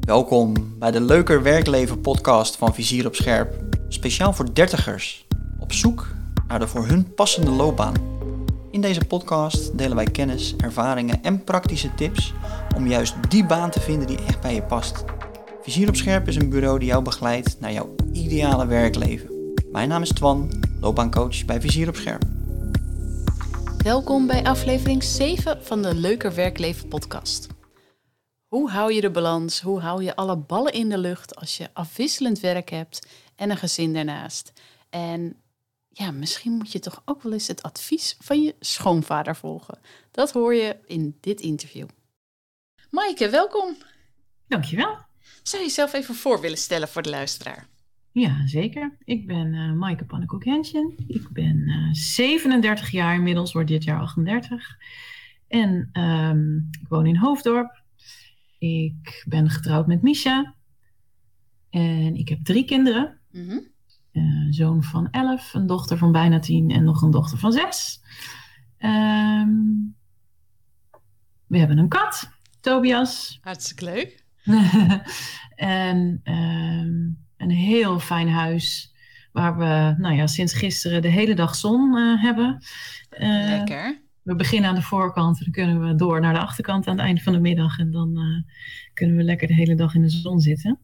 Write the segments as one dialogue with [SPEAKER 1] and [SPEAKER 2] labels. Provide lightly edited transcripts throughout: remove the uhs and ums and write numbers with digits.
[SPEAKER 1] Welkom bij de Leuker Werkleven podcast van Vizier op Scherp. Speciaal voor dertigers, op zoek naar de voor hun passende loopbaan. In deze podcast delen wij kennis, ervaringen en praktische tips om juist die baan te vinden die echt bij je past. Vizier op Scherp is een bureau die jou begeleidt naar jouw ideale werkleven. Mijn naam is Twan, loopbaancoach bij Vizier op Scherp.
[SPEAKER 2] Welkom bij aflevering 7 van de Leuker Werkleven podcast. Hoe hou je de balans? Hoe hou je alle ballen in de lucht als je afwisselend werk hebt en een gezin daarnaast? En ja, misschien moet je toch ook wel eens het advies van je schoonvader volgen. Dat hoor je in dit interview. Maaike, welkom.
[SPEAKER 3] Dankjewel.
[SPEAKER 2] Zou je jezelf even voor willen stellen voor de luisteraar?
[SPEAKER 3] Ja, zeker. Ik ben Maaike Pannenkoek-Hensjen. Ik ben 37 jaar, inmiddels wordt dit jaar 38. En ik woon in Hoofddorp. Ik ben getrouwd met Misha. En ik heb 3 kinderen.
[SPEAKER 2] Mm-hmm.
[SPEAKER 3] Een zoon van 11, een dochter van bijna 10 en nog een dochter van 6. We hebben een kat, Tobias.
[SPEAKER 2] Hartstikke leuk.
[SPEAKER 3] En een heel fijn huis waar we sinds gisteren de hele dag zon hebben.
[SPEAKER 2] Lekker.
[SPEAKER 3] We beginnen aan de voorkant en dan kunnen we door naar de achterkant aan het einde van de middag. En dan kunnen we lekker de hele dag in de zon zitten.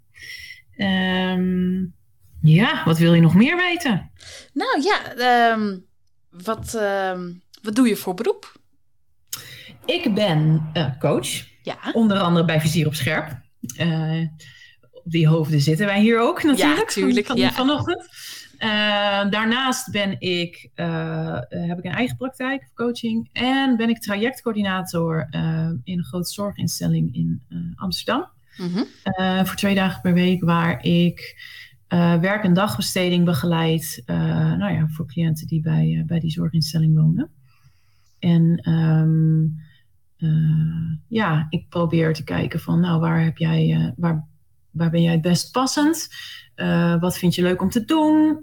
[SPEAKER 3] Wat wil je nog meer weten?
[SPEAKER 2] Nou ja, wat doe je voor beroep?
[SPEAKER 3] Ik ben coach,
[SPEAKER 2] Ja.
[SPEAKER 3] onder andere bij Vizier op Scherp. Op die hoofden zitten wij hier ook natuurlijk,
[SPEAKER 2] Ja, tuurlijk,
[SPEAKER 3] vanochtend. Daarnaast heb ik een eigen praktijk voor coaching. En ben ik trajectcoördinator in een grote zorginstelling in Amsterdam.
[SPEAKER 2] Mm-hmm.
[SPEAKER 3] Voor 2 dagen per week, waar ik werk- en dagbesteding begeleid. Voor cliënten die bij die zorginstelling wonen. En ik probeer te kijken van waar ben jij het best passend? Wat vind je leuk om te doen?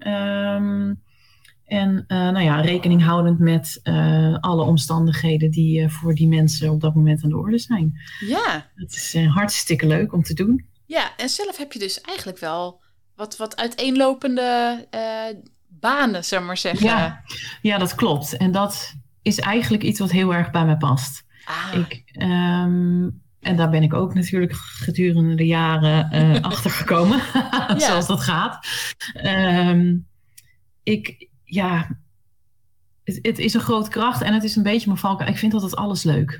[SPEAKER 3] Rekening houdend met alle omstandigheden die voor die mensen op dat moment aan de orde zijn.
[SPEAKER 2] Ja.
[SPEAKER 3] Het is hartstikke leuk om te doen.
[SPEAKER 2] Ja, en zelf heb je dus eigenlijk wel wat uiteenlopende banen, zou ik maar zeggen.
[SPEAKER 3] Ja, dat klopt. En dat is eigenlijk iets wat heel erg bij mij past. En daar ben ik ook natuurlijk gedurende de jaren achter gekomen, zoals dat gaat. Het is een grote kracht en het is een beetje mijn valkuil. Ik vind altijd alles leuk.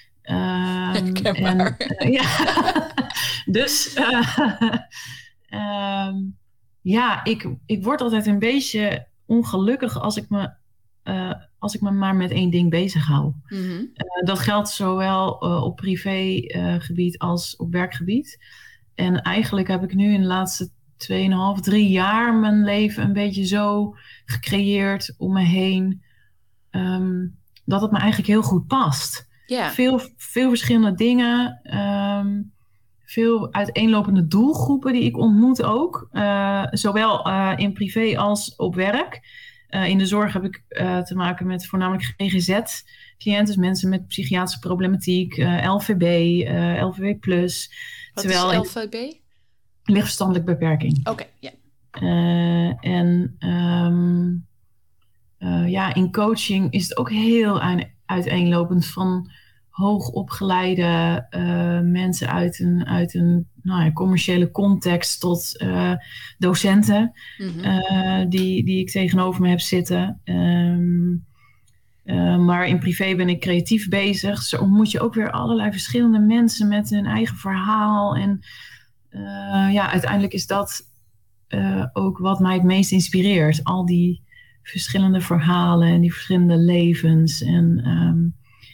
[SPEAKER 3] Ik word altijd een beetje ongelukkig als ik me maar met 1 ding bezig hou.
[SPEAKER 2] Mm-hmm.
[SPEAKER 3] Dat geldt zowel op privégebied als op werkgebied. En eigenlijk heb ik nu in de laatste 2,5, 3 jaar mijn leven een beetje zo gecreëerd om me heen, dat het me eigenlijk heel goed past.
[SPEAKER 2] Yeah.
[SPEAKER 3] Veel verschillende dingen, veel uiteenlopende doelgroepen die ik ontmoet ook. Zowel in privé als op werk. In de zorg heb ik te maken met voornamelijk GGZ-cliënten, dus mensen met psychiatrische problematiek, LVB, LVB+.
[SPEAKER 2] Wat is LVB?
[SPEAKER 3] Lichtverstandelijk beperking.
[SPEAKER 2] Oké, ja.
[SPEAKER 3] In coaching is het ook heel uiteenlopend van hoogopgeleide mensen uit een commerciële context tot docenten, mm-hmm. Die ik tegenover me heb zitten. Maar in privé ben ik creatief bezig. Zo ontmoet je ook weer allerlei verschillende mensen met hun eigen verhaal. En uiteindelijk is dat ook wat mij het meest inspireert. Al die verschillende verhalen en die verschillende levens. En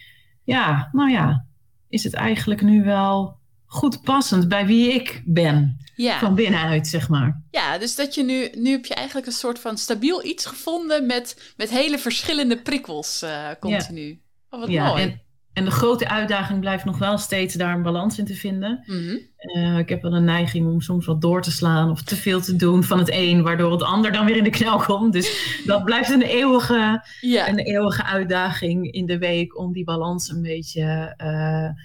[SPEAKER 3] is het eigenlijk nu wel goed passend bij wie ik ben. Ja. Van binnenuit, zeg maar.
[SPEAKER 2] Ja, dus dat je nu heb je eigenlijk een soort van stabiel iets gevonden met hele verschillende prikkels continu. Ja. Oh, wat mooi.
[SPEAKER 3] En de grote uitdaging blijft nog wel steeds daar een balans in te vinden.
[SPEAKER 2] Mm-hmm.
[SPEAKER 3] Ik heb wel een neiging om soms wat door te slaan of te veel te doen van het een, waardoor het ander dan weer in de knel komt. Dus dat blijft een eeuwige uitdaging in de week om die balans een beetje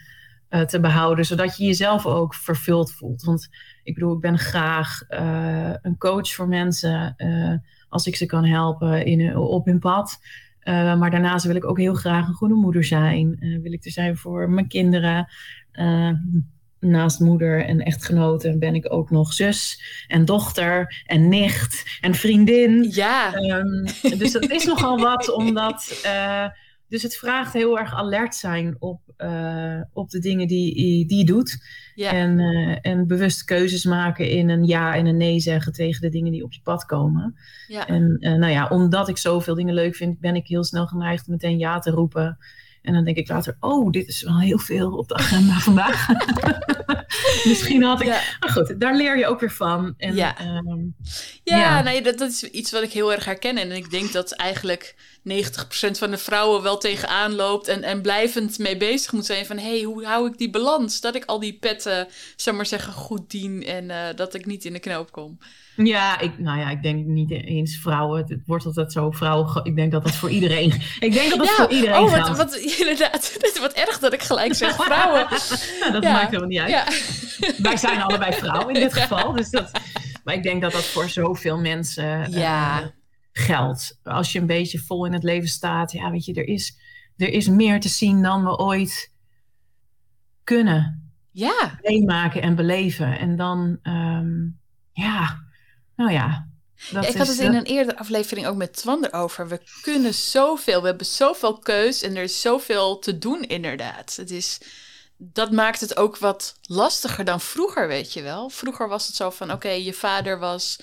[SPEAKER 3] te behouden, zodat je jezelf ook vervuld voelt. Want ik bedoel, ik ben graag een coach voor mensen als ik ze kan helpen op hun pad. Maar daarnaast wil ik ook heel graag een goede moeder zijn. Wil ik er zijn voor mijn kinderen. Naast moeder en echtgenote ben ik ook nog zus en dochter en nicht en vriendin.
[SPEAKER 2] Ja.
[SPEAKER 3] Dus dat is nogal wat, omdat... Dus het vraagt heel erg alert zijn op de dingen die je doet.
[SPEAKER 2] Ja.
[SPEAKER 3] En bewust keuzes maken in een ja en een nee zeggen tegen de dingen die op je pad komen.
[SPEAKER 2] Ja.
[SPEAKER 3] En omdat ik zoveel dingen leuk vind, ben ik heel snel geneigd meteen ja te roepen. En dan denk ik later, dit is wel heel veel op de agenda vandaag. Misschien had ik... Ja. Maar goed, daar leer je ook weer van. En,
[SPEAKER 2] nee, dat is iets wat ik heel erg herken. En ik denk dat eigenlijk 90% van de vrouwen wel tegenaan loopt en blijvend mee bezig moet zijn van, hoe hou ik die balans? Dat ik al die petten, zeg maar zeggen, goed dien en dat ik niet in de knoop kom.
[SPEAKER 3] Ja, ik denk niet eens vrouwen. Het wordt altijd zo vrouwen. Ik denk dat dat voor iedereen. Ik denk dat dat voor iedereen gaat.
[SPEAKER 2] Inderdaad, het is wat erg dat ik gelijk zeg vrouwen.
[SPEAKER 3] Dat maakt helemaal niet uit. Ja. Wij zijn allebei vrouwen in dit geval. Dus maar ik denk dat dat voor zoveel mensen geldt. Als je een beetje vol in het leven staat. Ja, weet je, er is meer te zien dan we ooit kunnen meemaken en beleven. En dan,
[SPEAKER 2] ik had het in een eerdere aflevering ook met Twan erover. We kunnen zoveel, we hebben zoveel keus en er is zoveel te doen inderdaad. Dat maakt het ook wat lastiger dan vroeger, weet je wel. Vroeger was het zo van, je vader was,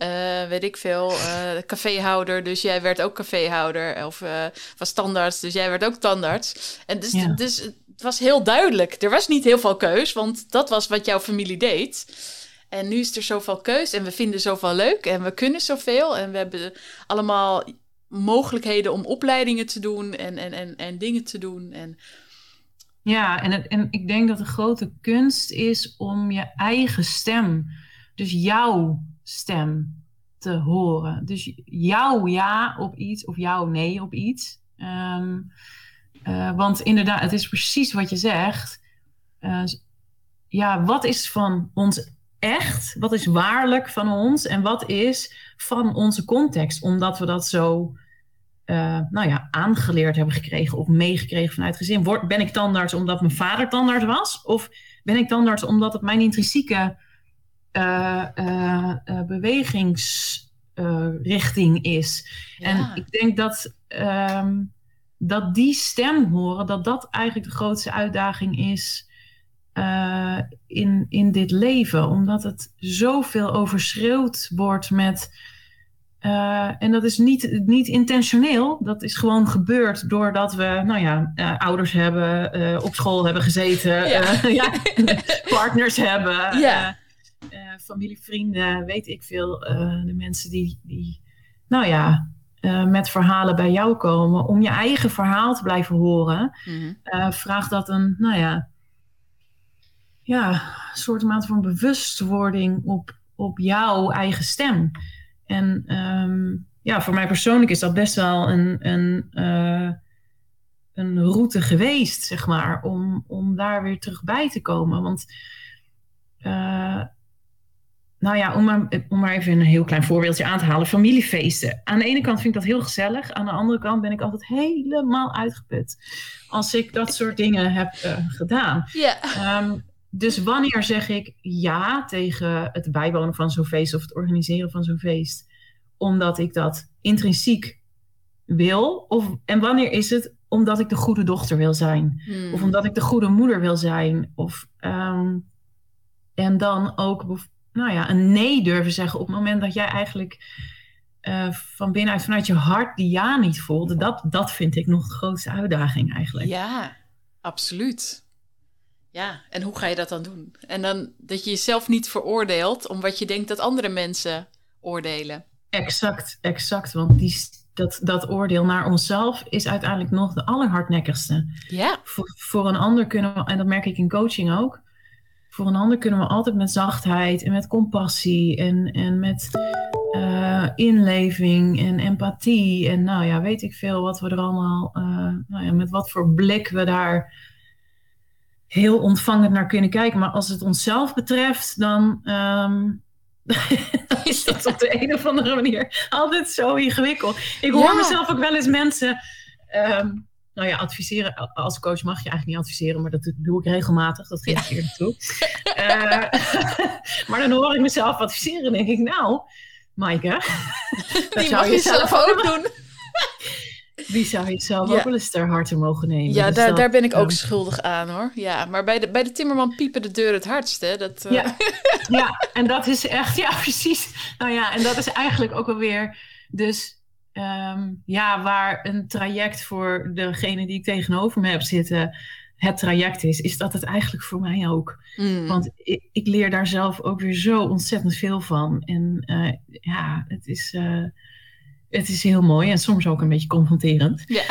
[SPEAKER 2] caféhouder, dus jij werd ook caféhouder. Of was tandarts, dus jij werd ook tandarts. En dus het was heel duidelijk. Er was niet heel veel keus, want dat was wat jouw familie deed. En nu is er zoveel keus en we vinden zoveel leuk en we kunnen zoveel. En we hebben allemaal mogelijkheden om opleidingen te doen en dingen te doen.
[SPEAKER 3] Ja, en ik denk dat de grote kunst is om je eigen stem, dus jouw stem, te horen. Dus jouw ja op iets of jouw nee op iets. Want inderdaad, het is precies wat je zegt. Wat is van ons echt? Wat is waarlijk van ons? En wat is van onze context? Omdat we dat zo aangeleerd hebben gekregen of meegekregen vanuit gezin. Ben ik tandarts omdat mijn vader tandarts was? Of ben ik tandarts omdat het mijn intrinsieke bewegingsrichting is? Ja. En ik denk dat die stem horen, dat eigenlijk de grootste uitdaging is in dit leven. Omdat het zoveel overschreeuwd wordt met... en dat is niet intentioneel. Dat is gewoon gebeurd doordat we ouders hebben, op school hebben gezeten, partners hebben, familie, vrienden, weet ik veel. De mensen die met verhalen bij jou komen. Om je eigen verhaal te blijven horen, vraagt dat een soort mate van bewustwording op jouw eigen stem. En voor mij persoonlijk is dat best wel een route geweest, zeg maar, om daar weer terug bij te komen. Want, om maar even een heel klein voorbeeldje aan te halen. Familiefeesten. Aan de ene kant vind ik dat heel gezellig. Aan de andere kant ben ik altijd helemaal uitgeput als ik dat soort dingen heb gedaan.
[SPEAKER 2] Yeah.
[SPEAKER 3] Dus wanneer zeg ik ja tegen het bijwonen van zo'n feest of het organiseren van zo'n feest, omdat ik dat intrinsiek wil? En wanneer is het omdat ik de goede dochter wil zijn? Of omdat ik de goede moeder wil zijn? En dan ook een nee durven zeggen op het moment dat jij eigenlijk van binnenuit, vanuit je hart die ja niet voelde. Dat vind ik nog de grootste uitdaging eigenlijk.
[SPEAKER 2] Ja, absoluut. Ja, en hoe ga je dat dan doen? En dan dat je jezelf niet veroordeelt om wat je denkt dat andere mensen oordelen.
[SPEAKER 3] Exact. Want dat oordeel naar onszelf is uiteindelijk nog de allerhardnekkigste.
[SPEAKER 2] Ja.
[SPEAKER 3] Voor een ander kunnen we, en dat merk ik in coaching ook, voor een ander kunnen we altijd met zachtheid en met compassie en met inleving en empathie. En weet ik veel wat we er allemaal, met wat voor blik we daar heel ontvangend naar kunnen kijken. Maar als het onszelf betreft, dan is dat op de een of andere manier altijd zo ingewikkeld. Ik hoor mezelf ook wel eens mensen adviseren. Als coach mag je eigenlijk niet adviseren, maar dat doe ik regelmatig. Dat geef ik eerlijk toe. Maar dan hoor ik mezelf adviseren en denk ik, nou, Maaike,
[SPEAKER 2] die mag je zelf ook doen.
[SPEAKER 3] Die zou je zelf ook wel eens ter harte mogen nemen.
[SPEAKER 2] Ja,
[SPEAKER 3] dus
[SPEAKER 2] daar ben ik ook schuldig aan, hoor. Ja, maar bij de timmerman piepen de deur het hardst, hè? Dat,
[SPEAKER 3] Ja, en dat is echt, ja, precies. Nou ja, en dat is eigenlijk ook alweer, dus waar een traject voor degene die ik tegenover me heb zitten, het traject is dat het eigenlijk voor mij ook. Want ik leer daar zelf ook weer zo ontzettend veel van. En het is heel mooi en soms ook een beetje confronterend.
[SPEAKER 2] Ja.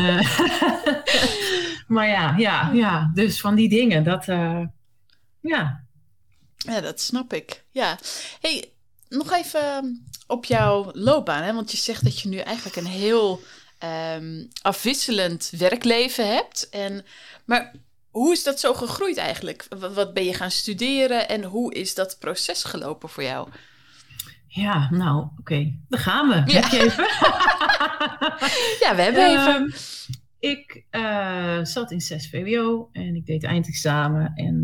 [SPEAKER 3] Maar ja, dus van die dingen, dat.
[SPEAKER 2] Ja, dat snap ik. Ja. Hey, nog even op jouw loopbaan, hè? Want je zegt dat je nu eigenlijk een heel afwisselend werkleven hebt. Maar hoe is dat zo gegroeid eigenlijk? Wat ben je gaan studeren en hoe is dat proces gelopen voor jou?
[SPEAKER 3] Ja, nou, oké. Daar gaan we. Ja. Heb je even?
[SPEAKER 2] Ja, we hebben even.
[SPEAKER 3] Ik zat in 6 VWO en ik deed eindexamen. En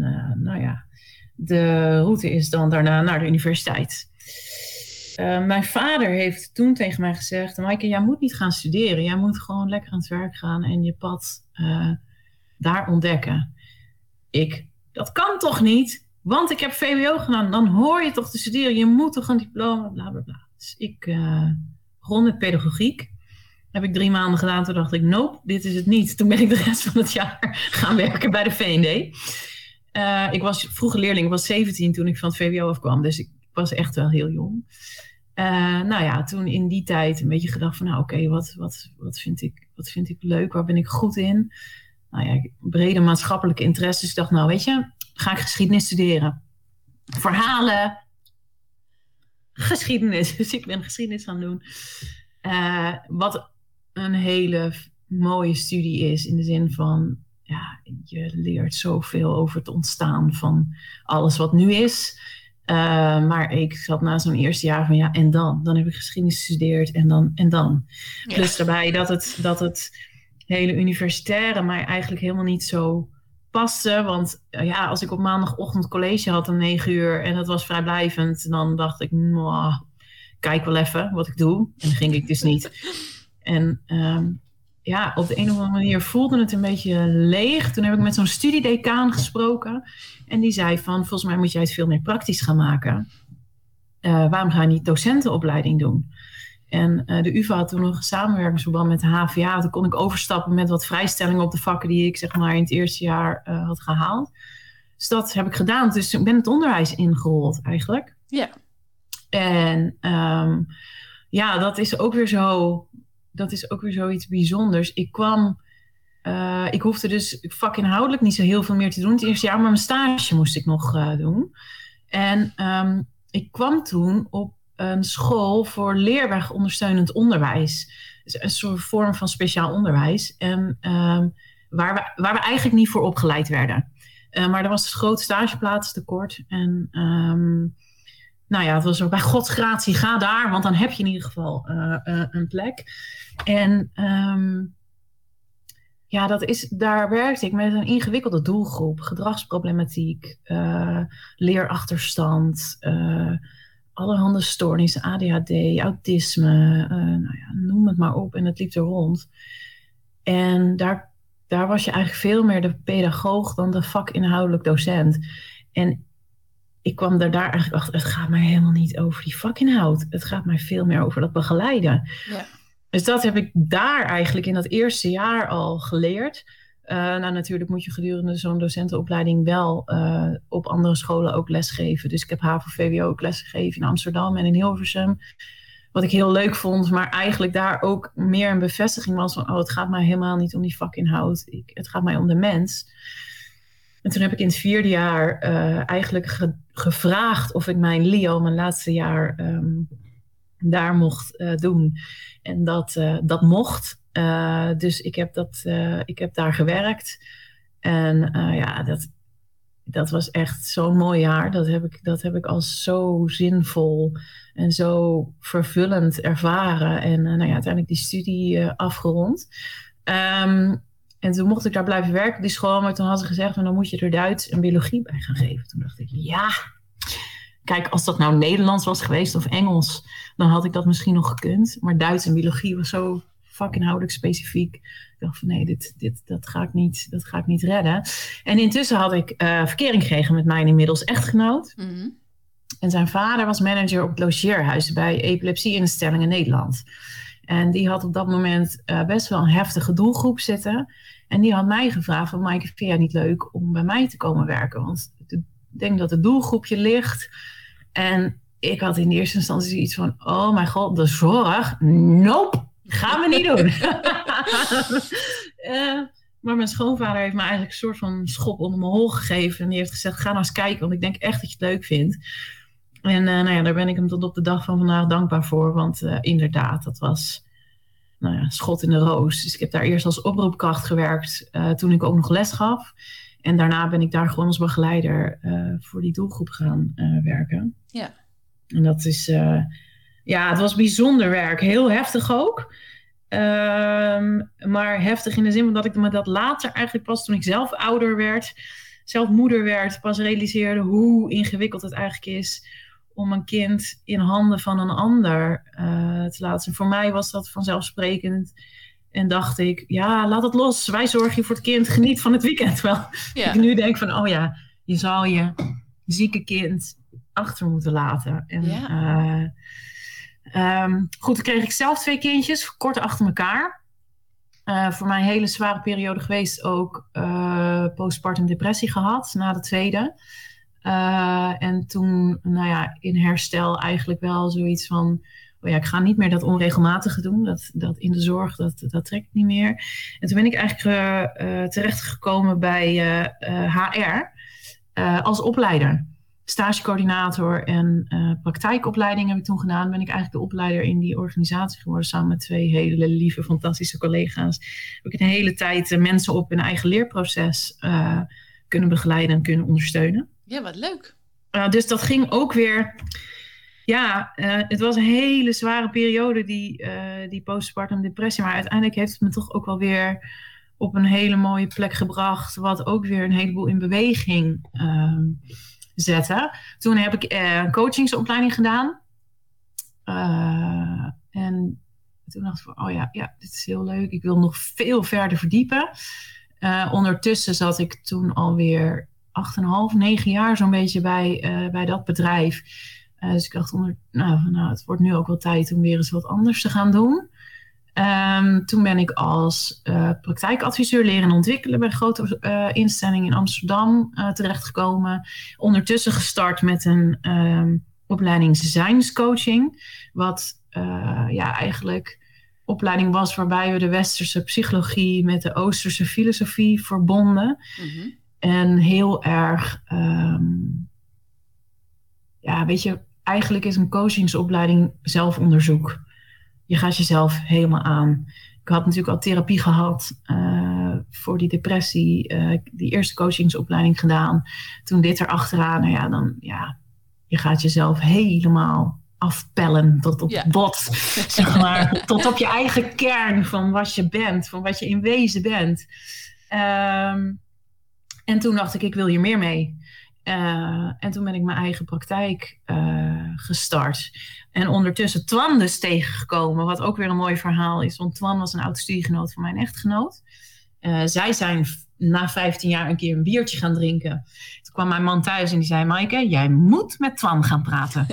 [SPEAKER 3] de route is dan daarna naar de universiteit. Mijn vader heeft toen tegen mij gezegd, Maaike, jij moet niet gaan studeren. Jij moet gewoon lekker aan het werk gaan en je pad daar ontdekken. Dat kan toch niet? Want ik heb VWO gedaan, dan hoor je toch te studeren. Je moet toch een diploma, bla bla bla. Dus ik begon met pedagogiek. Heb ik 3 maanden gedaan. Toen dacht ik, nope, dit is het niet. Toen ben ik de rest van het jaar gaan werken bij de V&D. Ik was vroeger leerling. Ik was 17 toen ik van het VWO afkwam. Dus ik was echt wel heel jong. Toen in die tijd een beetje gedacht van, oké, wat vind ik leuk? Waar ben ik goed in? Brede maatschappelijke interesses. Ik dacht, weet je, ga ik geschiedenis studeren. Verhalen. Geschiedenis. Dus ik ben geschiedenis gaan doen. Wat een hele mooie studie is. In de zin van, je leert zoveel over het ontstaan van alles wat nu is. Maar ik zat na zo'n eerste jaar van, en dan? Dan heb ik geschiedenis gestudeerd en dan. Ja. Plus daarbij dat het hele universitaire mij eigenlijk helemaal niet zo paste. Want als ik op maandagochtend college had om 9 uur en dat was vrijblijvend, dan dacht ik, kijk wel even wat ik doe. En dan ging ik dus niet. En op de een of andere manier voelde het een beetje leeg. Toen heb ik met zo'n studiedecaan gesproken. En die zei van, volgens mij moet jij het veel meer praktisch gaan maken. Waarom ga je niet docentenopleiding doen? En de UvA had toen nog een samenwerkingsverband met de HVA. Toen kon ik overstappen met wat vrijstellingen op de vakken die ik zeg maar in het eerste jaar had gehaald. Dus dat heb ik gedaan. Dus ik ben het onderwijs ingerold eigenlijk. Ja. En dat is ook weer zo. Dat is ook weer zoiets bijzonders. Ik hoefde dus vakinhoudelijk niet zo heel veel meer te doen het eerste jaar, maar mijn stage moest ik nog doen. En ik kwam toen op een school voor leerweg ondersteunend onderwijs. Dus een soort vorm van speciaal onderwijs. En waar we eigenlijk niet voor opgeleid werden. Maar er was een groot stageplaatstekort. En het was ook bij Gods gratie, ga daar, want dan heb je in ieder geval een plek. En daar werkte ik met een ingewikkelde doelgroep. Gedragsproblematiek, leerachterstand, allerhande stoornissen, ADHD, autisme, noem het maar op. En het liep er rond. En daar was je eigenlijk veel meer de pedagoog dan de vakinhoudelijk docent. En ik kwam daar eigenlijk achter, het gaat mij helemaal niet over die vakinhoud. Het gaat mij veel meer over dat begeleiden. Ja. Dus dat heb ik daar eigenlijk in dat eerste jaar al geleerd. Natuurlijk moet je gedurende zo'n docentenopleiding wel op andere scholen ook lesgeven. Dus ik heb HAVO-VWO ook lesgegeven in Amsterdam en in Hilversum. Wat ik heel leuk vond, maar eigenlijk daar ook meer een bevestiging was van, het gaat mij helemaal niet om die vakinhoud. Het gaat mij om de mens. En toen heb ik in het 4e jaar eigenlijk gevraagd of ik mijn LIO, mijn laatste jaar, daar mocht doen. En dat mocht. Dus ik heb daar gewerkt. En dat was echt zo'n mooi jaar. Dat heb ik als zo zinvol en zo vervullend ervaren. En uiteindelijk die studie afgerond. En toen mocht ik daar blijven werken op die school. Maar toen had ze gezegd, dan moet je er Duits en biologie bij gaan geven. Toen dacht ik, ja. Kijk, als dat nou Nederlands was geweest of Engels, dan had ik dat misschien nog gekund. Maar Duits en biologie was zo vakinhoudelijk specifiek. Ik dacht van nee, dat ga ik niet redden. En intussen had ik verkering gekregen met mijn inmiddels echtgenoot. Mm-hmm. En zijn vader was manager op het logeerhuis bij Epilepsieinstellingen Nederland. En die had op dat moment best wel een heftige doelgroep zitten. En die had mij gevraagd van Maaike, vind jij niet leuk om bij mij te komen werken? Want ik denk dat het doelgroepje ligt. En ik had in eerste instantie iets van, oh mijn god, de zorg? Nope, gaan we niet doen. Maar mijn schoonvader heeft me eigenlijk een soort van schop onder mijn hol gegeven. En die heeft gezegd, ga nou eens kijken, want ik denk echt dat je het leuk vindt. En daar ben ik hem tot op de dag van vandaag dankbaar voor. Want inderdaad, dat was schot in de roos. Dus ik heb daar eerst als oproepkracht gewerkt toen ik ook nog les gaf. En daarna ben ik daar gewoon als begeleider voor die doelgroep gaan werken. Ja. En dat is, het was bijzonder werk. Heel heftig ook. Maar heftig in de zin van dat ik me dat later eigenlijk pas toen ik zelf ouder werd, zelf moeder werd, pas realiseerde hoe ingewikkeld het eigenlijk is om een kind in handen van een ander te laten zien. Voor mij was dat vanzelfsprekend. En dacht ik, ja, laat het los. Wij zorgen voor het kind. Geniet van het weekend. Terwijl ik nu denk van, oh ja, je zou je zieke kind achter moeten laten. En, goed, dan kreeg ik zelf 2 kindjes, kort achter elkaar. Voor mij een hele zware periode geweest. Ook postpartum depressie gehad, na de tweede. En toen, in herstel eigenlijk wel zoiets van, oh ja, ik ga niet meer dat onregelmatige doen. Dat in de zorg, dat trekt niet meer. En toen ben ik eigenlijk terechtgekomen bij HR als opleider. Stagecoördinator en praktijkopleiding heb ik toen gedaan. Ben ik eigenlijk de opleider in die organisatie geworden. Samen met 2 hele lieve, fantastische collega's. Heb ik een hele tijd mensen op hun eigen leerproces kunnen begeleiden en kunnen ondersteunen.
[SPEAKER 2] Ja, wat leuk.
[SPEAKER 3] Dus dat ging ook weer. Ja, het was een hele zware periode, die postpartum depressie. Maar uiteindelijk heeft het me toch ook wel weer op een hele mooie plek gebracht. Wat ook weer een heleboel in beweging zette. Toen heb ik een coachingsopleiding gedaan. En toen dacht ik van, oh ja, dit is heel leuk. Ik wil nog veel verder verdiepen. Ondertussen zat ik toen alweer 8,5, 9 jaar zo'n beetje bij dat bedrijf. Dus ik dacht, het wordt nu ook wel tijd om weer eens wat anders te gaan doen. Toen ben ik als praktijkadviseur leren en ontwikkelen bij een grote instelling in Amsterdam terechtgekomen. Ondertussen gestart met een opleiding designscoaching. Wat eigenlijk opleiding was waarbij we de westerse psychologie met de oosterse filosofie verbonden. Mm-hmm. En heel erg, weet je, eigenlijk is een coachingsopleiding zelfonderzoek. Je gaat jezelf helemaal aan. Ik had natuurlijk al therapie gehad voor die depressie. Die eerste coachingsopleiding gedaan. Toen dit erachteraan, je gaat jezelf helemaal afpellen tot op het bot. Zeg maar, tot op je eigen kern van wat je bent. Van wat je in wezen bent. En toen dacht ik wil hier meer mee. En toen ben ik mijn eigen praktijk gestart. En ondertussen Twan dus tegengekomen. Wat ook weer een mooi verhaal is. Want Twan was een oud studiegenoot van mijn echtgenoot. Zij zijn na 15 jaar een keer een biertje gaan drinken. Toen kwam mijn man thuis en die zei, Maaike, jij moet met Twan gaan praten.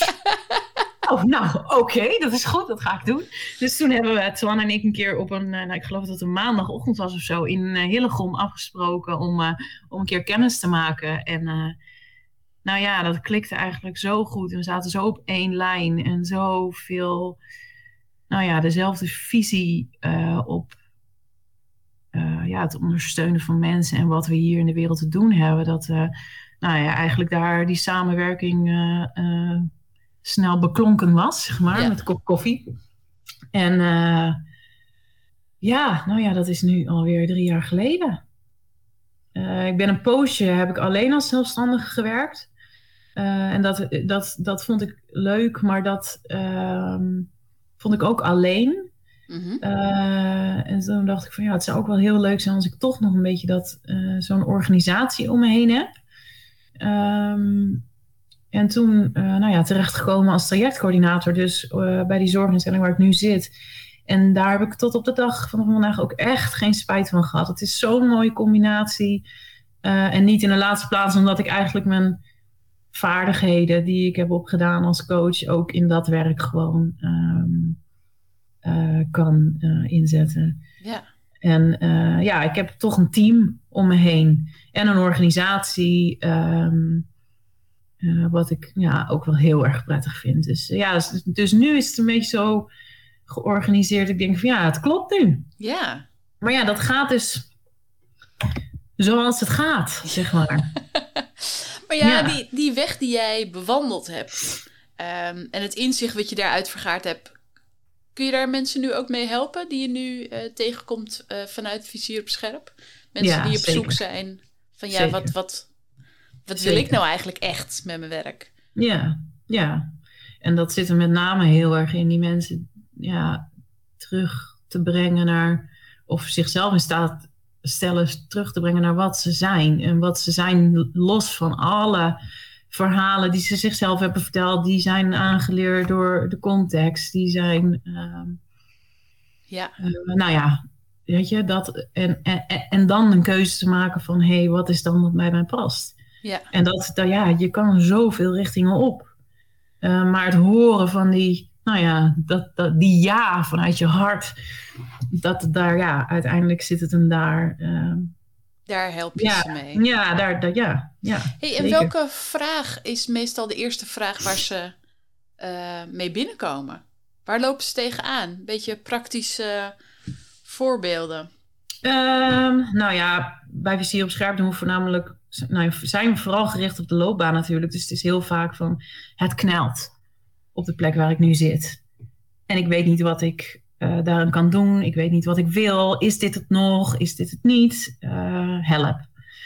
[SPEAKER 3] Oké, dat is goed, dat ga ik doen. Dus toen hebben we Twan en ik een keer op een, ik geloof dat het een maandagochtend was of zo, in Hillegom afgesproken om een keer kennis te maken. En dat klikte eigenlijk zo goed. En we zaten zo op één lijn en zoveel, dezelfde visie op het ondersteunen van mensen en wat we hier in de wereld te doen hebben. Dat eigenlijk daar die samenwerking snel beklonken was, zeg maar, met een kop koffie. En dat is nu alweer 3 jaar geleden. Ik ben een poosje, heb ik alleen als zelfstandige gewerkt. En dat vond ik leuk, maar dat vond ik ook alleen.
[SPEAKER 2] Mhm.
[SPEAKER 3] En toen dacht ik van het zou ook wel heel leuk zijn als ik toch nog een beetje zo'n organisatie om me heen heb. En toen terechtgekomen als trajectcoördinator, dus bij die zorginstelling waar ik nu zit. En daar heb ik tot op de dag van vandaag ook echt geen spijt van gehad. Het is zo'n mooie combinatie. En niet in de laatste plaats omdat ik eigenlijk mijn vaardigheden die ik heb opgedaan als coach ook in dat werk gewoon kan inzetten.
[SPEAKER 2] Ja.
[SPEAKER 3] En ik heb toch een team om me heen en een organisatie, wat ik ook wel heel erg prettig vind. Dus nu is het een beetje zo georganiseerd. Ik denk van het klopt nu.
[SPEAKER 2] Ja.
[SPEAKER 3] Maar dat gaat dus zoals het gaat, zeg maar.
[SPEAKER 2] Maar die weg die jij bewandeld hebt en het inzicht wat je daaruit vergaard hebt, kun je daar mensen nu ook mee helpen die je nu tegenkomt vanuit Vizier op Scherp? Mensen die op zoek zijn van wat wil ik nou eigenlijk echt met mijn werk?
[SPEAKER 3] Ja. En dat zit er met name heel erg in die mensen terug te brengen naar, of zichzelf in staat stellen terug te brengen naar wat ze zijn. En wat ze zijn los van alle verhalen die ze zichzelf hebben verteld. Die zijn aangeleerd door de context. Die zijn, weet je, dat. En dan een keuze te maken van, wat is dan wat bij mij past?
[SPEAKER 2] Ja.
[SPEAKER 3] En je kan zoveel richtingen op. Maar het horen van die vanuit je hart, uiteindelijk zit het hem daar.
[SPEAKER 2] Daar help je ze mee.
[SPEAKER 3] Ja.
[SPEAKER 2] Hey, en welke vraag is meestal de eerste vraag waar ze mee binnenkomen? Waar lopen ze tegenaan? Een beetje praktische voorbeelden.
[SPEAKER 3] Bij Vizier op Scherp doen we voornamelijk, zijn we vooral gericht op de loopbaan natuurlijk. Dus het is heel vaak van, het knelt op de plek waar ik nu zit. En ik weet niet wat ik daaraan kan doen. Ik weet niet wat ik wil. Is dit het nog? Is dit het niet? Help.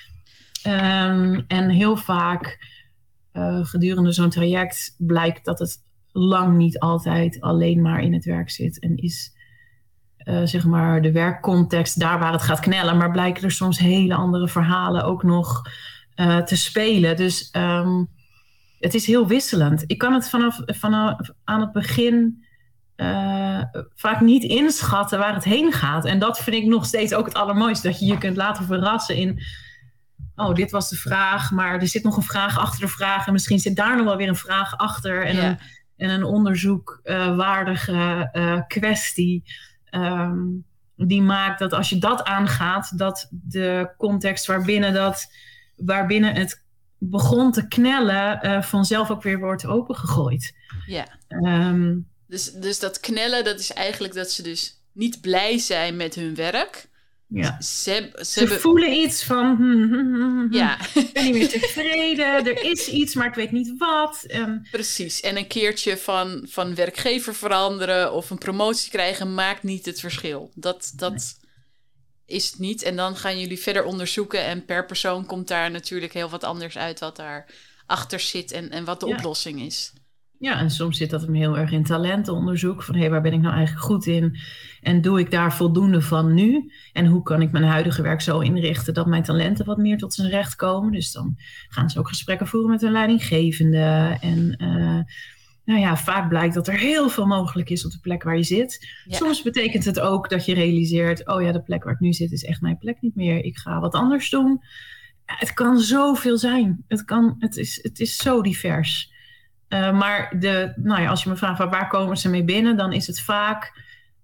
[SPEAKER 3] En heel vaak gedurende zo'n traject blijkt dat het lang niet altijd alleen maar in het werk zit. En is zeg maar de werkcontext daar waar het gaat knellen. Maar blijken er soms hele andere verhalen ook nog te spelen. Dus het is heel wisselend. Ik kan het vanaf aan het begin vaak niet inschatten waar het heen gaat. En dat vind ik nog steeds ook het allermooiste. Dat je je kunt laten verrassen in, dit was de vraag, maar er zit nog een vraag achter de vraag. En misschien zit daar nog wel weer een vraag achter. En een onderzoekwaardige kwestie. Die maakt dat als je dat aangaat, dat de context waarbinnen het begon te knellen, vanzelf ook weer wordt opengegooid.
[SPEAKER 2] Ja. Dus dat knellen, dat is eigenlijk dat ze dus niet blij zijn met hun werk.
[SPEAKER 3] Ja.
[SPEAKER 2] Ze
[SPEAKER 3] voelen iets van,
[SPEAKER 2] ja.
[SPEAKER 3] Ik ben niet meer tevreden, er is iets, maar ik weet niet wat.
[SPEAKER 2] Precies, en een keertje van werkgever veranderen of een promotie krijgen maakt niet het verschil. Dat is het niet. En dan gaan jullie verder onderzoeken en per persoon komt daar natuurlijk heel wat anders uit wat daar achter zit en wat de oplossing is.
[SPEAKER 3] Ja, en soms zit dat hem heel erg in talentenonderzoek. Van waar ben ik nou eigenlijk goed in? En doe ik daar voldoende van nu? En hoe kan ik mijn huidige werk zo inrichten dat mijn talenten wat meer tot zijn recht komen? Dus dan gaan ze ook gesprekken voeren met hun leidinggevende. En vaak blijkt dat er heel veel mogelijk is op de plek waar je zit. Ja. Soms betekent het ook dat je realiseert, de plek waar ik nu zit is echt mijn plek niet meer. Ik ga wat anders doen. Het kan zoveel zijn. Het is zo divers. Maar als je me vraagt waar komen ze mee binnen, dan is het vaak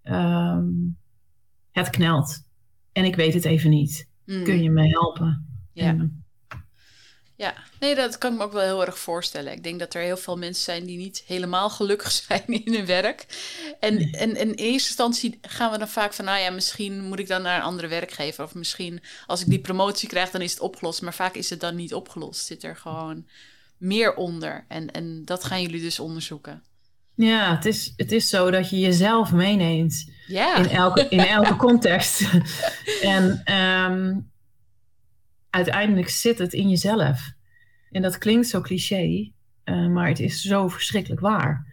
[SPEAKER 3] het knelt. En ik weet het even niet. Kun je me helpen?
[SPEAKER 2] Ja, nee, dat kan ik me ook wel heel erg voorstellen. Ik denk dat er heel veel mensen zijn die niet helemaal gelukkig zijn in hun werk. En in eerste instantie gaan we dan vaak van, misschien moet ik dan naar een andere werkgever. Of misschien als ik die promotie krijg, dan is het opgelost. Maar vaak is het dan niet opgelost. Zit er gewoon meer onder. En dat gaan jullie dus onderzoeken.
[SPEAKER 3] Ja, het is zo dat je jezelf meeneemt.
[SPEAKER 2] Ja.
[SPEAKER 3] In elke context. En uiteindelijk zit het in jezelf. En dat klinkt zo cliché, maar het is zo verschrikkelijk waar.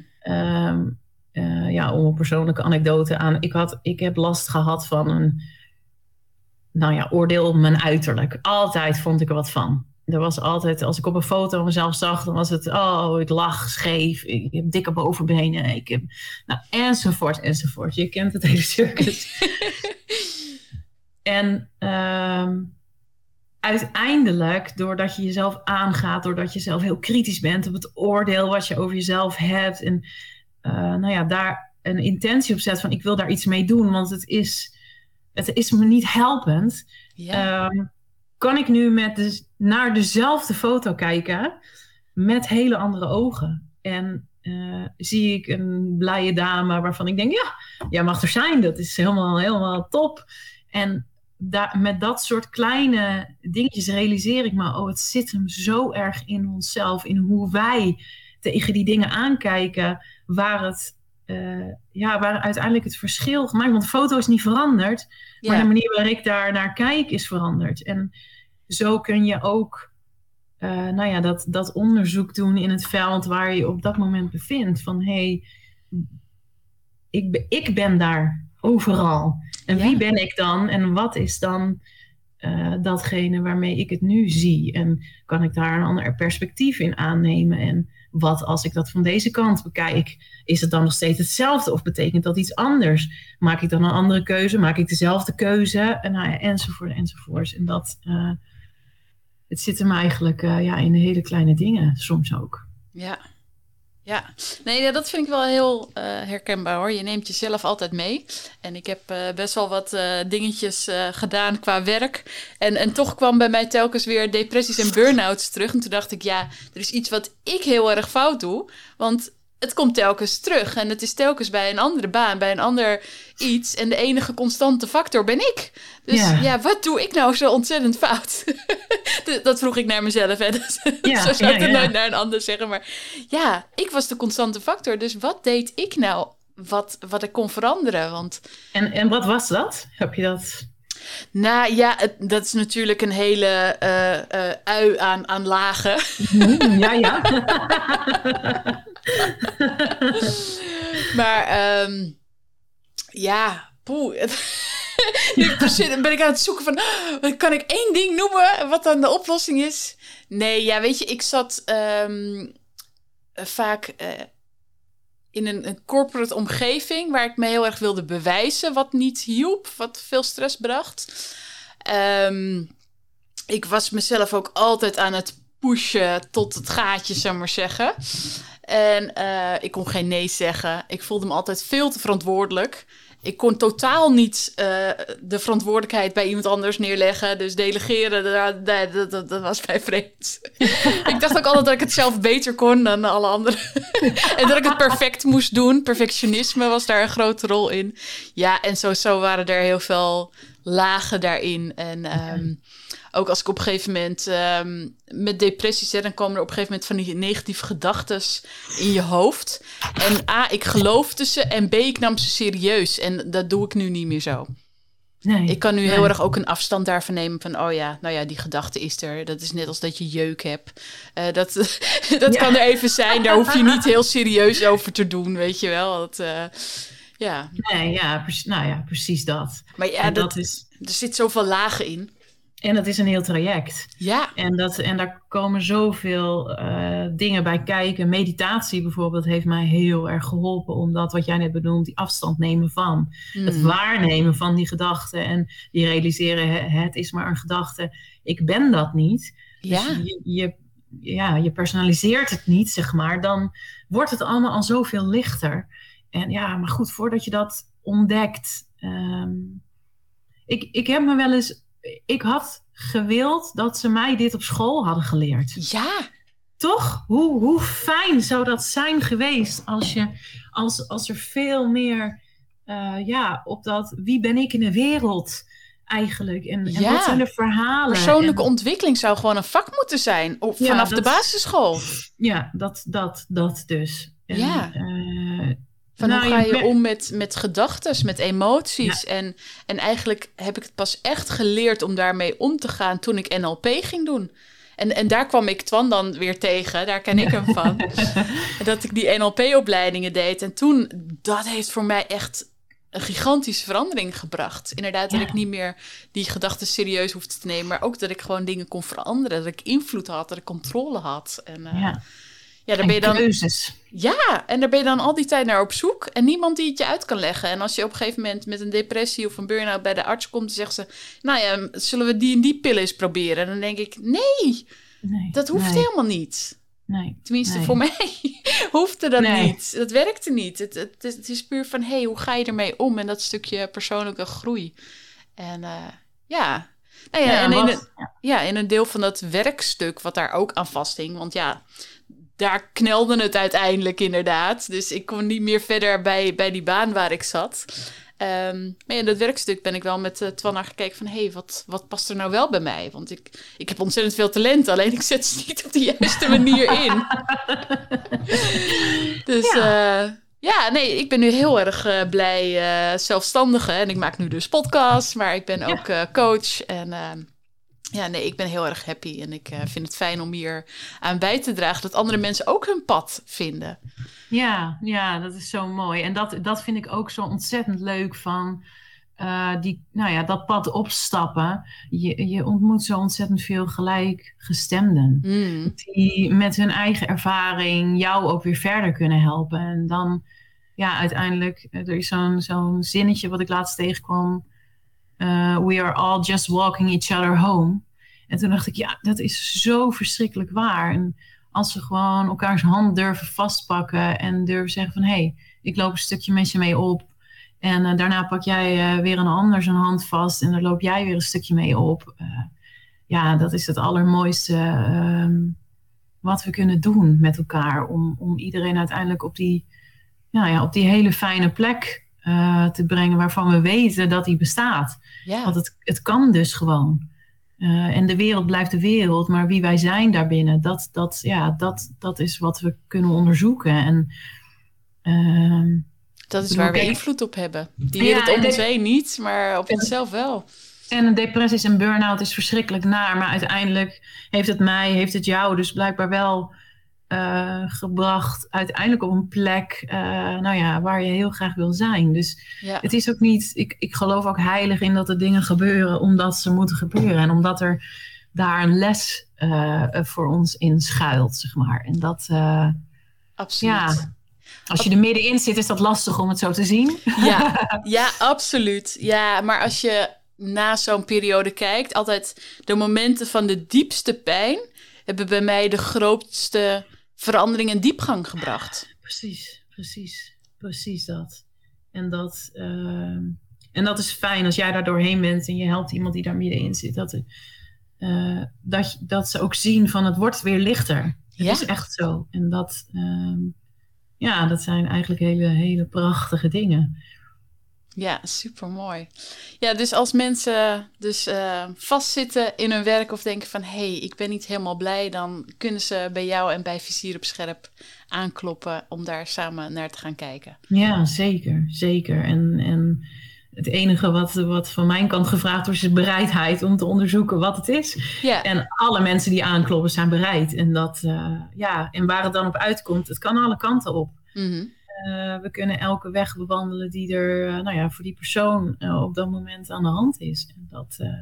[SPEAKER 3] Om een persoonlijke anekdote aan. Ik heb last gehad van een oordeel op mijn uiterlijk. Altijd vond ik er wat van. Er was altijd, als ik op een foto mezelf zag, dan was het, ik lach scheef, ik heb dikke bovenbenen, enzovoort. Je kent het hele circus. En uiteindelijk, doordat je jezelf aangaat, doordat je zelf heel kritisch bent op het oordeel wat je over jezelf hebt en daar een intentie op zet van ik wil daar iets mee doen, want het is me niet helpend. Ja. Kan ik nu naar dezelfde foto kijken met hele andere ogen. En zie ik een blije dame waarvan ik denk, ja, jij mag er zijn. Dat is helemaal top. En met dat soort kleine dingetjes realiseer ik me, het zit hem zo erg in onszelf. In hoe wij tegen die dingen aankijken. Waar uiteindelijk het verschil gemaakt. Want de foto is niet veranderd. Ja. Maar de manier waar ik daar naar kijk is veranderd. En zo kun je ook dat onderzoek doen in het veld waar je je op dat moment bevindt. Van ik ben daar overal. En wie ben ik dan? En wat is dan datgene waarmee ik het nu zie? En kan ik daar een ander perspectief in aannemen? En wat als ik dat van deze kant bekijk? Is het dan nog steeds hetzelfde of betekent dat iets anders? Maak ik dan een andere keuze? Maak ik dezelfde keuze? Enzovoort. En dat... Het zit hem eigenlijk in de hele kleine dingen soms ook.
[SPEAKER 2] Ja. Nee, dat vind ik wel heel herkenbaar hoor. Je neemt jezelf altijd mee. En ik heb best wel wat dingetjes gedaan qua werk. En toch kwam bij mij telkens weer depressies en burn-outs terug. En toen dacht ik, er is iets wat ik heel erg fout doe. Want het komt telkens terug. En het is telkens bij een andere baan, bij een ander iets. En de enige constante factor ben ik. Dus wat doe ik nou zo ontzettend fout? Dat vroeg ik naar mezelf. Hè? Zo zou ik het nooit naar een ander zeggen. Maar ik was de constante factor. Dus wat deed ik nou wat ik kon veranderen? Want...
[SPEAKER 3] En wat was dat? Heb je dat...
[SPEAKER 2] dat is natuurlijk een hele ui aan lagen.
[SPEAKER 3] Ja.
[SPEAKER 2] Maar nu ben ik aan het zoeken van... kan ik 1 ding noemen wat dan de oplossing is? Nee, weet je, ik zat vaak in een corporate omgeving... waar ik me heel erg wilde bewijzen wat niet hielp, wat veel stress bracht. Ik was mezelf ook altijd aan het pushen tot het gaatje, zou ik maar zeggen. En ik kon geen nee zeggen. Ik voelde me altijd veel te verantwoordelijk. Ik kon totaal niet de verantwoordelijkheid bij iemand anders neerleggen. Dus delegeren, dat was mij vreemd. Ik dacht ook altijd dat ik het zelf beter kon dan alle anderen. En dat ik het perfect moest doen. Perfectionisme was daar een grote rol in. Ja, en zo waren er heel veel lagen daarin. En ook als ik op een gegeven moment met depressies zit... dan komen er op een gegeven moment van die negatieve gedachten in je hoofd. En ik geloofde ze en B, ik nam ze serieus. En dat doe ik nu niet meer zo. Nee, ik kan nu heel erg ook een afstand daarvan nemen van... die gedachte is er. Dat is net als dat je jeuk hebt. Dat kan er even zijn. Daar hoef je niet heel serieus over te doen, weet je wel.
[SPEAKER 3] Precies dat.
[SPEAKER 2] Maar er zit zoveel lagen in.
[SPEAKER 3] En dat is een heel traject.
[SPEAKER 2] Ja.
[SPEAKER 3] En daar komen zoveel dingen bij kijken. Meditatie bijvoorbeeld heeft mij heel erg geholpen. Omdat wat jij net benoemt, die afstand nemen van. Het waarnemen van die gedachten. En die realiseren, het is maar een gedachte. Ik ben dat niet. Dus je personaliseert het niet, zeg maar. Dan wordt het allemaal al zoveel lichter. En maar goed, voordat je dat ontdekt. Ik heb me wel eens... Ik had gewild dat ze mij dit op school hadden geleerd.
[SPEAKER 2] Ja.
[SPEAKER 3] Toch? Hoe fijn zou dat zijn geweest als er veel meer op dat wie ben ik in de wereld eigenlijk? En wat zijn de verhalen?
[SPEAKER 2] Persoonlijke ontwikkeling zou gewoon een vak moeten zijn. Vanaf de basisschool.
[SPEAKER 3] Ja, dat dus. En,
[SPEAKER 2] Van hoe ga je om met gedachtes, met emoties? Ja. En eigenlijk heb ik het pas echt geleerd om daarmee om te gaan toen ik NLP ging doen. En daar kwam ik Twan dan weer tegen, daar ken ik hem van. Dat ik die NLP-opleidingen deed. En toen, dat heeft voor mij echt een gigantische verandering gebracht. Inderdaad, dat ik niet meer die gedachten serieus hoefde te nemen, maar ook dat ik gewoon dingen kon veranderen. Dat ik invloed had, dat ik controle had. En daar ben je dan
[SPEAKER 3] keuzes.
[SPEAKER 2] Ja, en daar ben je dan al die tijd naar op zoek. En niemand die het je uit kan leggen. En als je op een gegeven moment met een depressie of een burn-out bij de arts komt, dan zegt ze, nou ja, zullen we die en die pillen eens proberen? En dan denk ik, nee dat hoeft helemaal niet.
[SPEAKER 3] Nee.
[SPEAKER 2] Tenminste, voor mij hoefde dat niet. Dat werkte niet. Het is puur van, hoe ga je ermee om? En dat stukje persoonlijke groei. En in een deel van dat werkstuk wat daar ook aan vasthing. Want daar knelde het uiteindelijk inderdaad. Dus ik kon niet meer verder bij die baan waar ik zat. Maar in dat werkstuk ben ik wel met Twan naar gekeken van, wat past er nou wel bij mij? Want ik heb ontzettend veel talent, alleen ik zet ze niet op de juiste manier in. Dus ik ben nu heel erg blij zelfstandige. En ik maak nu dus podcasts, maar ik ben ook coach. En ik ben heel erg happy. En ik vind het fijn om hier aan bij te dragen dat andere mensen ook hun pad vinden.
[SPEAKER 3] Ja, dat is zo mooi. En dat vind ik ook zo ontzettend leuk van dat pad opstappen. Je ontmoet zo ontzettend veel gelijkgestemden. Die met hun eigen ervaring jou ook weer verder kunnen helpen. En dan, uiteindelijk, er is zo'n zinnetje wat ik laatst tegenkwam. We are all just walking each other home. En toen dacht ik, dat is zo verschrikkelijk waar. En als we gewoon elkaars hand durven vastpakken en durven zeggen van, ik loop een stukje met je mee op. En daarna pak jij weer een ander zijn hand vast en dan loop jij weer een stukje mee op. Dat is het allermooiste wat we kunnen doen met elkaar. Om iedereen uiteindelijk op die hele fijne plek te brengen waarvan we weten dat die bestaat. Ja. Want het kan dus gewoon. En de wereld blijft de wereld, maar wie wij zijn daarbinnen, dat is wat we kunnen onderzoeken. En
[SPEAKER 2] dat is waar we invloed op hebben. Die wereld om ons heen niet, maar op onszelf wel.
[SPEAKER 3] En een depressie en burn-out is verschrikkelijk naar, maar uiteindelijk heeft het jou dus blijkbaar wel gebracht uiteindelijk op een plek waar je heel graag wil zijn. Dus het is ook niet, ik geloof ook heilig in dat er dingen gebeuren omdat ze moeten gebeuren en omdat er daar een les voor ons in schuilt, zeg maar. En dat
[SPEAKER 2] absoluut.
[SPEAKER 3] Als je er middenin zit, is dat lastig om het zo te zien.
[SPEAKER 2] Ja, absoluut. Ja, maar als je na zo'n periode kijkt, altijd de momenten van de diepste pijn hebben bij mij de grootste verandering en diepgang gebracht.
[SPEAKER 3] Precies dat. En dat is fijn als jij daar doorheen bent en je helpt iemand die daar middenin zit. Dat ze ook zien van het wordt weer lichter. Het is echt zo. En dat zijn eigenlijk hele, hele prachtige dingen.
[SPEAKER 2] Ja, supermooi. Ja, dus als mensen vastzitten in hun werk of denken van, ik ben niet helemaal blij, dan kunnen ze bij jou en bij Vizier op Scherp aankloppen om daar samen naar te gaan kijken.
[SPEAKER 3] Ja, zeker. En het enige wat van mijn kant gevraagd wordt, is bereidheid om te onderzoeken wat het is. Ja. En alle mensen die aankloppen zijn bereid. En en waar het dan op uitkomt, het kan alle kanten op. Mm-hmm. We kunnen elke weg bewandelen die er voor die persoon op dat moment aan de hand is. En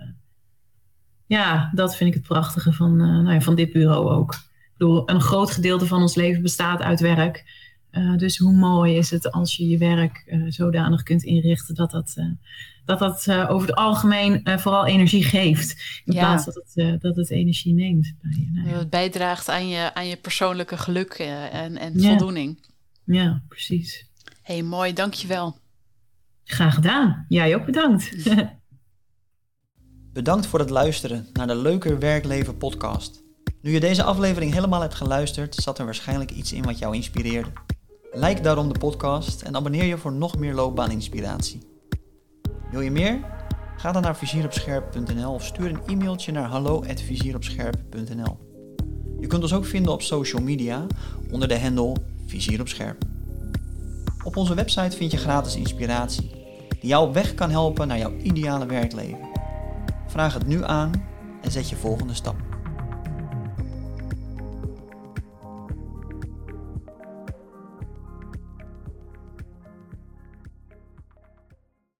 [SPEAKER 3] dat vind ik het prachtige van dit bureau ook. Ik bedoel, een groot gedeelte van ons leven bestaat uit werk. Dus hoe mooi is het als je je werk zodanig kunt inrichten dat over het algemeen vooral energie geeft. In plaats dat het energie neemt.
[SPEAKER 2] Het bijdraagt aan je persoonlijke geluk en voldoening.
[SPEAKER 3] Ja, precies.
[SPEAKER 2] Mooi, dankjewel.
[SPEAKER 3] Graag gedaan. Jij ook bedankt.
[SPEAKER 1] Bedankt voor het luisteren naar de Leuker Werkleven podcast. Nu je deze aflevering helemaal hebt geluisterd, zat er waarschijnlijk iets in wat jou inspireerde. Like daarom de podcast en abonneer je voor nog meer loopbaaninspiratie. Wil je meer? Ga dan naar vizieropscherp.nl of stuur een e-mailtje naar hallo@vizieropscherp.nl. Je kunt ons ook vinden op social media onder de handle Vizier op Scherp. Op onze website vind je gratis inspiratie die jou op weg kan helpen naar jouw ideale werkleven. Vraag het nu aan en zet je volgende stap.